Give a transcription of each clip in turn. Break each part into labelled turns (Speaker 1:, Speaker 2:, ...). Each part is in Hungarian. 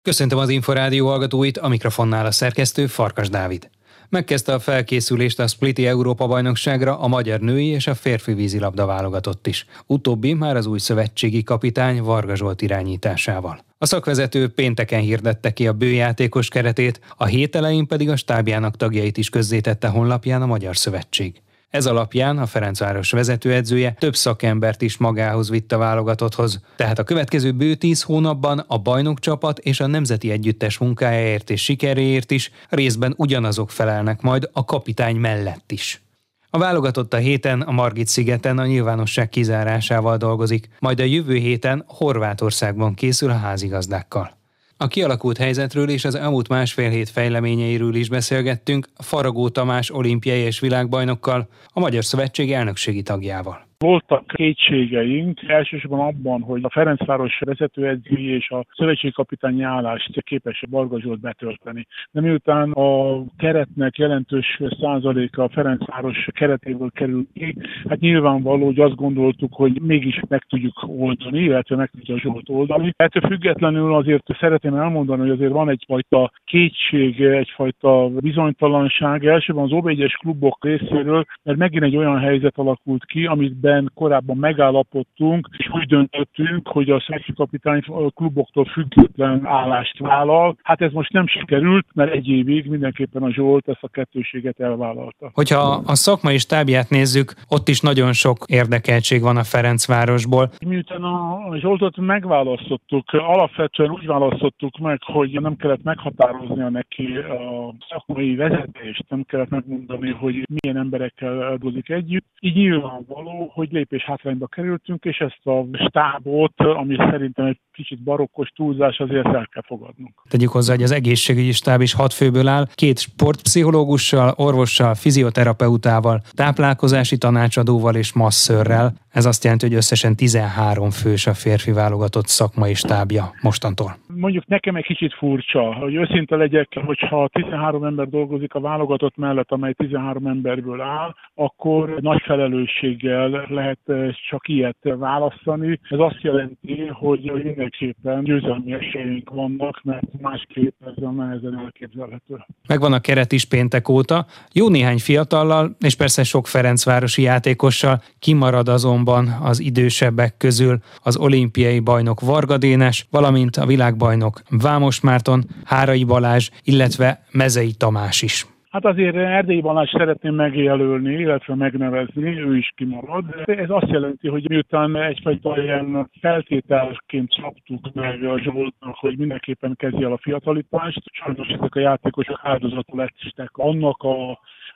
Speaker 1: Köszöntöm az Inforádió hallgatóit, a mikrofonnál a szerkesztő Farkas Dávid. Megkezdte a felkészülést a Spliti Európa-bajnokságra a magyar női és a férfi vízilabda válogatott is. Utóbbi már az új szövetségi kapitány Varga Zsolt irányításával. A szakvezető pénteken hirdette ki a bőjátékos keretét, a hét elején pedig a stábjának tagjait is közzétette honlapján a Magyar Szövetség. Ez alapján a Ferencváros vezetőedzője több szakembert is magához vitt a válogatotthoz. Tehát a következő bő 10 hónapban a bajnokcsapat és a nemzeti együttes munkájáért és sikeréért is részben ugyanazok felelnek majd a kapitány mellett is. A válogatott a héten a Margit-szigeten a nyilvánosság kizárásával dolgozik, majd a jövő héten Horvátországban készül a házigazdákkal. A kialakult helyzetről és az elmúlt másfél hét fejleményeiről is beszélgettünk Faragó Tamás olimpiai és világbajnokkal, a Magyar Szövetség elnökségi tagjával.
Speaker 2: Voltak kétségeink, elsősorban abban, hogy a Ferencváros vezetőedzői és a szövetségkapitányi állást képes Varga Zsolt betölteni. De miután a keretnek jelentős százaléka a Ferencváros keretéből kerül ki, hát nyilvánvaló, hogy azt gondoltuk, hogy mégis meg tudjuk oldani, illetve meg tudja Zsolt oldani. Ettől függetlenül azért szeretném elmondani, hogy azért van egyfajta kétség, egyfajta bizonytalanság, elsősorban az OB1-es klubok részéről, mert megint egy olyan helyzet alakult ki, amit korábban megállapodtunk, és úgy döntöttünk, hogy a szövetségkapitány kluboktól független állást vállal. Hát ez most nem sikerült, mert egy évig mindenképpen a Zsolt ezt a kettőséget elvállalta.
Speaker 1: Hogyha a szakmai stábját nézzük, ott is nagyon sok érdekeltség van a Ferencvárosból.
Speaker 2: Miután a Zsoltot megválasztottuk, alapvetően úgy választottuk meg, hogy nem kellett meghatároznia neki a szakmai vezetést, nem kellett megmondani, hogy milyen emberekkel dolgozik együtt. Így nyilvánvaló, hogy lépés hátrányba kerültünk, és ezt a stábot, ami szerintem egy kicsit barokkos túlzás, azért el kell fogadnunk.
Speaker 1: Tegyük hozzá, hogy az egészségügyi stáb is 6 főből áll, 2 sportpszichológussal, orvossal, fizioterapeutával, táplálkozási tanácsadóval és masszörrel. Ez azt jelenti, hogy összesen 13 fős a férfi válogatott szakmai stábja mostantól.
Speaker 2: Mondjuk nekem egy kicsit furcsa, hogy őszinte legyek, hogyha 13 ember dolgozik a válogatott mellett, amely 13 emberből áll, akkor nagy felelősséggel lehet csak ilyet választani. Ez azt jelenti, hogy mindenképpen győzelmi esélyünk vannak, mert másképp ez a nehezen elképzelhető.
Speaker 1: Megvan a keret is péntek óta. Jó néhány fiatallal, és persze sok ferencvárosi játékossal kimarad azonban az idősebbek közül az olimpiai bajnok Varga Dénes, valamint a világbajnok Vámos Márton, Hárai Balázs, illetve Mezei Tamás is.
Speaker 2: Hát azért Erdélyi Balázs szeretném megjelölni, illetve megnevezni, ő is kimarad. Ez azt jelenti, hogy miután egyfajta ilyen feltételként szabtuk meg a Zsoltnak, hogy mindenképpen kezdje el a fiatalítást, sajnos ezek a játékosok áldozatul lettek annak a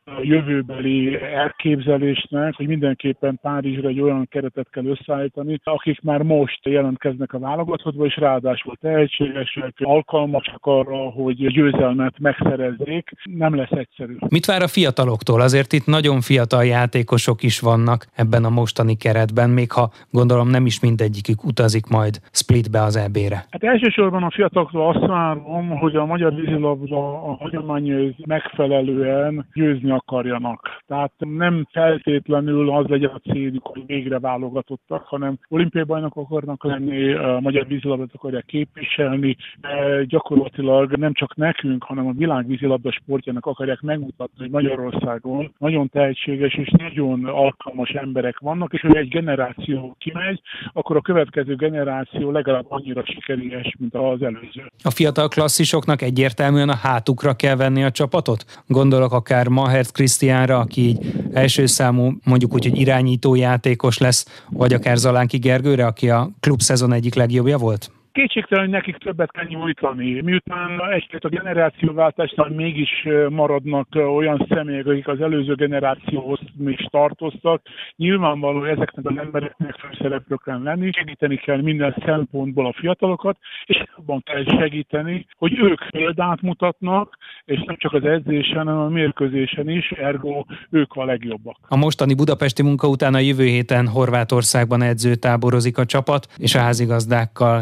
Speaker 2: jövőbeli elképzelésnek, hogy mindenképpen Párizsra egy olyan keretet kell összeállítani, akik már most jelentkeznek a válogatottba, és ráadásul tehetségesek, alkalmasak arra, hogy győzelmet megszerezzék. Nem lesz egyszerű.
Speaker 1: Mit vár a fiataloktól? Azért itt nagyon fiatal játékosok is vannak ebben a mostani keretben, még ha gondolom nem is mindegyikük utazik majd Splitbe az EB-re.
Speaker 2: Hát elsősorban a fiataloktól azt várom, hogy a magyar vízilabda a hagyományhoz megfelelően győzni akarjanak. Tehát nem feltétlenül az legyen a céljuk, hogy végre válogatottak, hanem olimpiai bajnokok akarnak lenni, a magyar vízilabdát akarják képviselni, gyakorlatilag nem csak nekünk, hanem a világ vízilabda sportjának akarják megmutatni, hogy Magyarországon nagyon tehetséges és nagyon alkalmas emberek vannak, és hogy egy generáció kimegy, akkor a következő generáció legalább annyira sikeres, mint az előző.
Speaker 1: A fiatal klasszisoknak egyértelműen a hátukra kell venni a csapatot? Gondolok akár Mahert Krisztiánra, aki így első számú, mondjuk úgy, hogy irányító játékos lesz, vagy akár Zalánki Gergőre, aki a klubszezon egyik legjobbja volt?
Speaker 2: Kétségtelen, hogy nekik többet kell nyújtani. Miután a generációváltásnál mégis maradnak olyan személyek, akik az előző generációhoz is tartoztak, nyilvánvaló, hogy ezeknek az embereknek főszereplők kell lenni, segíteni kell minden szempontból a fiatalokat, és abban kell segíteni, hogy ők példát mutatnak, és nem csak az edzésen, hanem a mérkőzésen is, ergo ők a legjobbak.
Speaker 1: A mostani budapesti munka után a jövő héten Horvátországban edzőtáborozik a csapat, és a házigazdákkal hivatalosan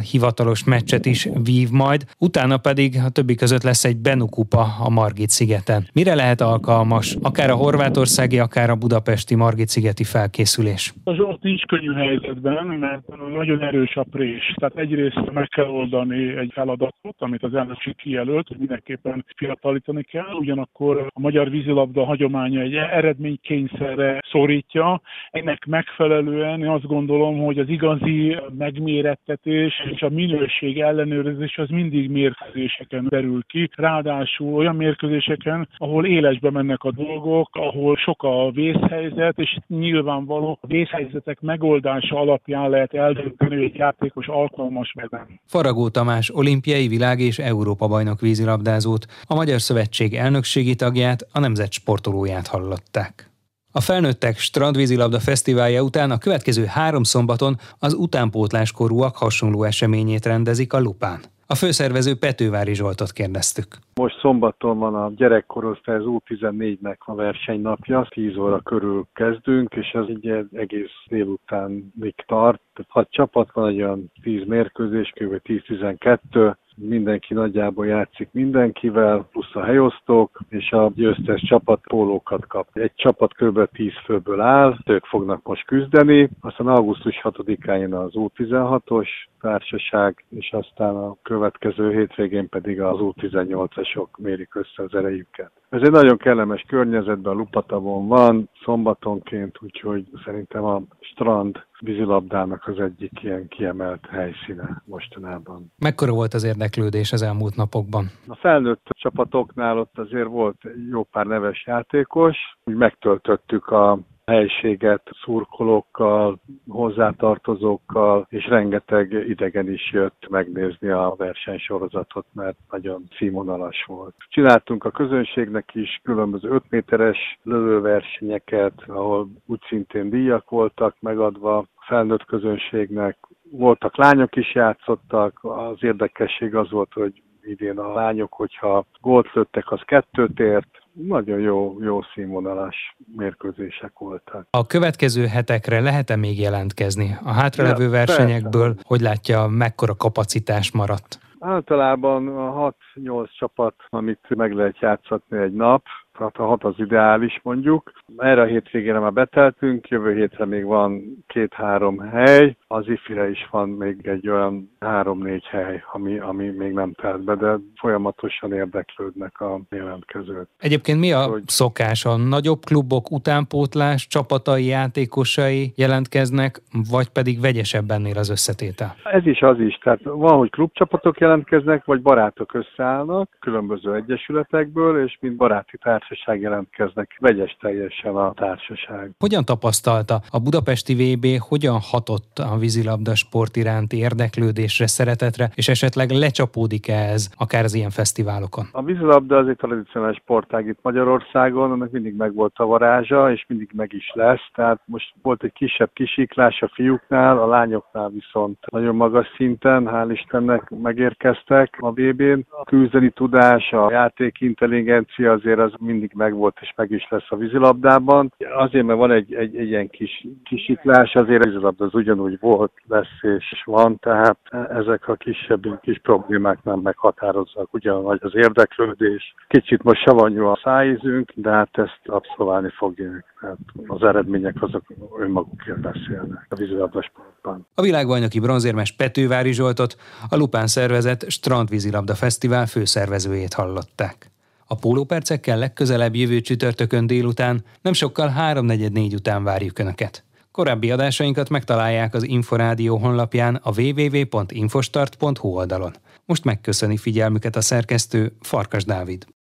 Speaker 1: hivatalos meccset is vív majd, utána pedig a többi között lesz egy Benu-kupa a Margit-szigeten. Mire lehet alkalmas, akár a horvátországi, akár a budapesti Margit-szigeti felkészülés?
Speaker 2: A Zsolt nincs könnyű helyzetben, mert nagyon erős a prés. Tehát egyrészt meg kell oldani egy feladatot, amit az elnökség kijelölt, hogy mindenképpen fiatalítani kell, ugyanakkor a magyar vízilabda hagyománya egy eredménykényszerre szorítja. Ennek megfelelően én azt gondolom, hogy az igazi megmérettetés és a minőség ellenőrzés az mindig mérkőzéseken derül ki. Ráadásul olyan mérkőzéseken, ahol élesbe mennek a dolgok, ahol sok a vészhelyzet, és nyilvánvaló a vészhelyzetek megoldása alapján lehet eldönteni, hogy egy játékos alkalmas vagy nem.
Speaker 1: Faragó Tamás olimpiai, világ- és Európa-bajnok vízilabdázót, a Magyar Szövetség elnökségi tagját, a nemzet sportolóját hallották. A felnőttek strandvízilabda fesztiválja után a következő 3 szombaton az utánpótláskorúak hasonló eseményét rendezik a Lupán. A főszervező Petővári Zsoltot kérdeztük.
Speaker 3: Most szombaton van a gyerekkorosztály, az U14-nek a versenynapja, 10 óra körül kezdünk, és ez egy egész délutánig tart. 6 csapat van, egy olyan 10 mérkőzés, kb. 10-12. Mindenki nagyjából játszik mindenkivel, plusz a helyosztók, és a győztes csapat pólókat kap. Egy csapat kb. 10 főből áll, ők fognak most küzdeni, aztán augusztus 6-án az U16-os társaság, és aztán a következő hétvégén pedig az U18-asok mérik össze az erejüket. Ez egy nagyon kellemes környezetben, a Lupatavon van, szombatonként, úgyhogy szerintem a strand vízilabdának az egyik ilyen kiemelt helyszíne mostanában.
Speaker 1: Mekkora volt az érdeklődés az elmúlt napokban?
Speaker 3: A felnőtt csapatoknál ott azért volt jó pár neves játékos, úgy megtöltöttük a helységet szurkolókkal, hozzátartozókkal, és rengeteg idegen is jött megnézni a versenysorozatot, mert nagyon színvonalas volt. Csináltunk a közönségnek is különböző 5 méteres lövőversenyeket, ahol úgy szintén díjak voltak megadva a felnőtt közönségnek. Voltak lányok is játszottak, az érdekesség az volt, hogy idén a lányok, hogyha gólt lőttek, az 2-t ért. Nagyon jó színvonalas mérkőzések voltak.
Speaker 1: A következő hetekre lehet-e még jelentkezni? A hátralevő versenyekből, persze. Hogy látja, mekkora kapacitás maradt?
Speaker 3: Általában a 6-8 csapat, amit meg lehet játszatni egy nap, tehát a 6 az ideális mondjuk. Erre a hétvégére már beteltünk, jövő hétre még van 2-3 hely, az ifire is van még egy olyan 3-4 hely, ami még nem telt be, de folyamatosan érdeklődnek a jelentkezők.
Speaker 1: Egyébként mi a szokás? A nagyobb klubok utánpótlás csapatai, játékosai jelentkeznek, vagy pedig vegyesebb ennél az összetétel?
Speaker 3: Ez is az is, tehát van, hogy klubcsapatok jelentkeznek, vagy barátok összeállnak különböző egyesületekből, és mint baráti társaság jelentkeznek. Vegyes teljesen a társaság.
Speaker 1: Hogyan tapasztalta a budapesti VB, hogyan hatott a vízilabda sport iránti érdeklődésre, szeretetre, és esetleg lecsapódik-e ez akár az ilyen fesztiválokon?
Speaker 3: A vízilabda az egy tradicionális sportág itt Magyarországon, annak mindig megvolt a varázsa, és mindig meg is lesz. Tehát most volt egy kisebb kisiklás a fiúknál, a lányoknál viszont nagyon magas szinten, hál' Istennek megérkeztek a VB-n. A küzdeni tudás, a játékintelligencia azért az mindig megvolt és meg is lesz a vízilabdában. Azért, mert van egy ilyen kisiklás, azért a vízilabda az ugyanúgy volt, lesz és van, tehát ezek a kisebb kis problémák nem meghatározzák ugyanúgy az érdeklődés. Kicsit most savanyú a szájízünk, de hát ezt abszolválni fogják. Tehát az eredmények azok önmagukért beszélnek a vízilabda sportban.
Speaker 1: A világbajnoki bronzérmes Petővári Zsoltot, a Lupán szervezett Strandvízilabda Fesztivál főszervezőjét hallották. A pólópercekkel legközelebb jövő csütörtökön délután, nem sokkal 3:44 után várjuk Önöket. Korábbi adásainkat megtalálják az Inforádió honlapján, a www.infostart.hu oldalon. Most megköszöni figyelmüket a szerkesztő, Farkas Dávid.